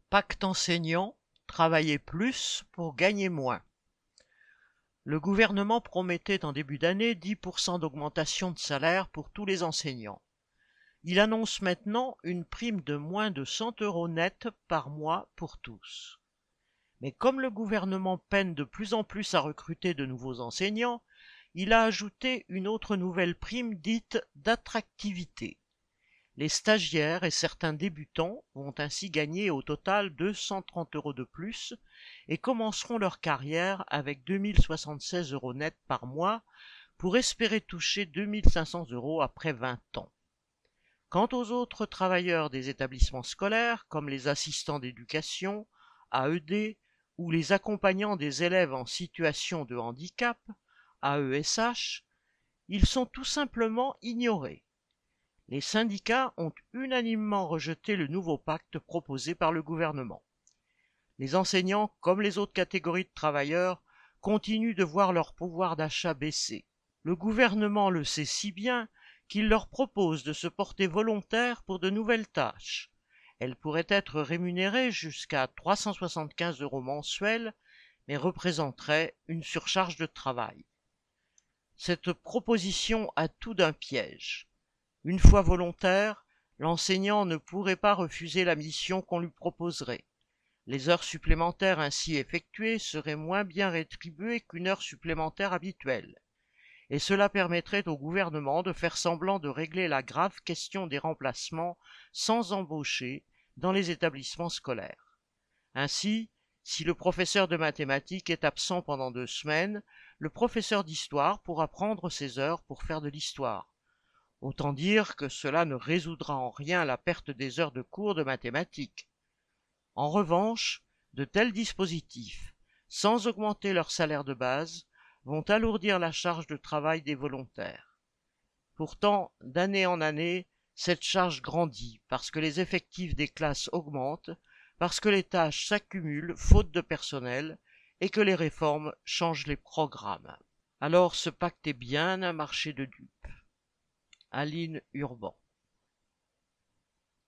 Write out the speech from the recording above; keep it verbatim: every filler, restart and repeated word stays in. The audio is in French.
Pacte enseignant, travailler plus pour gagner moins. Le gouvernement promettait en début d'année dix pour cent d'augmentation de salaire pour tous les enseignants. Il annonce maintenant une prime de moins de cent euros net par mois pour tous. Mais comme le gouvernement peine de plus en plus à recruter de nouveaux enseignants, il a ajouté une autre nouvelle prime dite d'attractivité. Les stagiaires et certains débutants vont ainsi gagner au total deux cent trente euros de plus et commenceront leur carrière avec deux mille soixante-seize euros net par mois pour espérer toucher deux mille cinq cents euros après vingt ans. Quant aux autres travailleurs des établissements scolaires, comme les assistants d'éducation, A E D, ou les accompagnants des élèves en situation de handicap, A E S H, ils sont tout simplement ignorés. Les syndicats ont unanimement rejeté le nouveau pacte proposé par le gouvernement. Les enseignants, comme les autres catégories de travailleurs, continuent de voir leur pouvoir d'achat baisser. Le gouvernement le sait si bien qu'il leur propose de se porter volontaires pour de nouvelles tâches. Elles pourraient être rémunérées jusqu'à trois cent soixante-quinze euros mensuels, mais représenteraient une surcharge de travail. Cette proposition a tout d'un piège. Une fois volontaire, l'enseignant ne pourrait pas refuser la mission qu'on lui proposerait. Les heures supplémentaires ainsi effectuées seraient moins bien rétribuées qu'une heure supplémentaire habituelle. Et cela permettrait au gouvernement de faire semblant de régler la grave question des remplacements sans embaucher dans les établissements scolaires. Ainsi, si le professeur de mathématiques est absent pendant deux semaines, le professeur d'histoire pourra prendre ses heures pour faire de l'histoire. Autant dire que cela ne résoudra en rien la perte des heures de cours de mathématiques. En revanche, de tels dispositifs, sans augmenter leur salaire de base, vont alourdir la charge de travail des volontaires. Pourtant, d'année en année, cette charge grandit parce que les effectifs des classes augmentent, parce que les tâches s'accumulent faute de personnel et que les réformes changent les programmes. Alors ce pacte est bien un marché de dupes. Aline Urban.